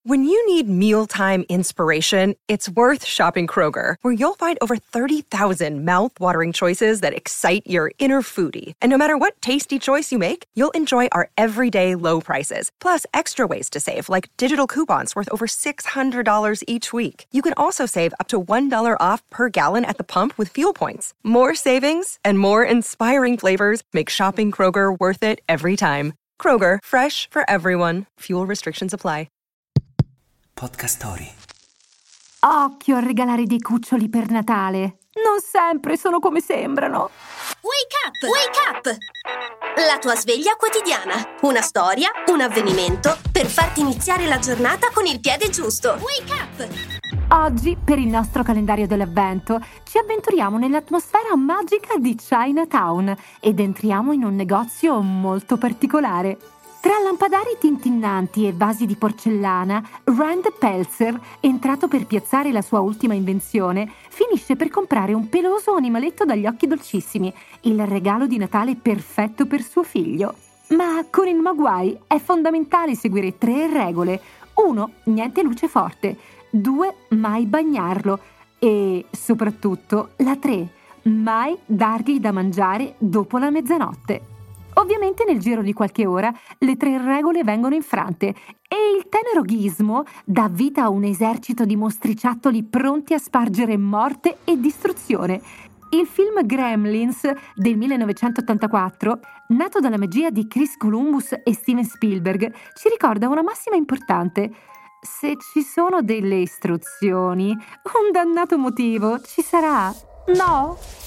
When you need mealtime inspiration, it's worth shopping Kroger, where you'll find over 30,000 mouth-watering choices that excite your inner foodie. And no matter what tasty choice you make, you'll enjoy our everyday low prices, plus extra ways to save, like digital coupons worth over $600 each week. You can also save up to $1 off per gallon at the pump with fuel points. More savings and more inspiring flavors make shopping Kroger worth it every time. Kroger, fresh for everyone. Fuel restrictions apply. Podcast Story. Occhio a regalare dei cuccioli per Natale. Non sempre sono come sembrano. Wake up! La tua sveglia quotidiana. Una storia, un avvenimento per farti iniziare la giornata con il piede giusto. Wake up! Oggi, per il nostro calendario dell'avvento, ci avventuriamo nell'atmosfera magica di Chinatown ed entriamo in un negozio molto particolare. Tra lampadari tintinnanti e vasi di porcellana, Rand Peltzer, entrato per piazzare la sua ultima invenzione, finisce per comprare un peloso animaletto dagli occhi dolcissimi, il regalo di Natale perfetto per suo figlio. Ma con il Mogwai è fondamentale seguire 3 regole. 1. Niente luce forte. 2. Mai bagnarlo. E, soprattutto, la 3. Mai dargli da mangiare dopo la mezzanotte. Ovviamente nel giro di qualche ora le 3 regole vengono infrante e il tenero Gizmo dà vita a un esercito di mostriciattoli pronti a spargere morte e distruzione. Il film Gremlins del 1984, nato dalla magia di Chris Columbus e Steven Spielberg, ci ricorda una massima importante. Se ci sono delle istruzioni, un dannato motivo ci sarà, no?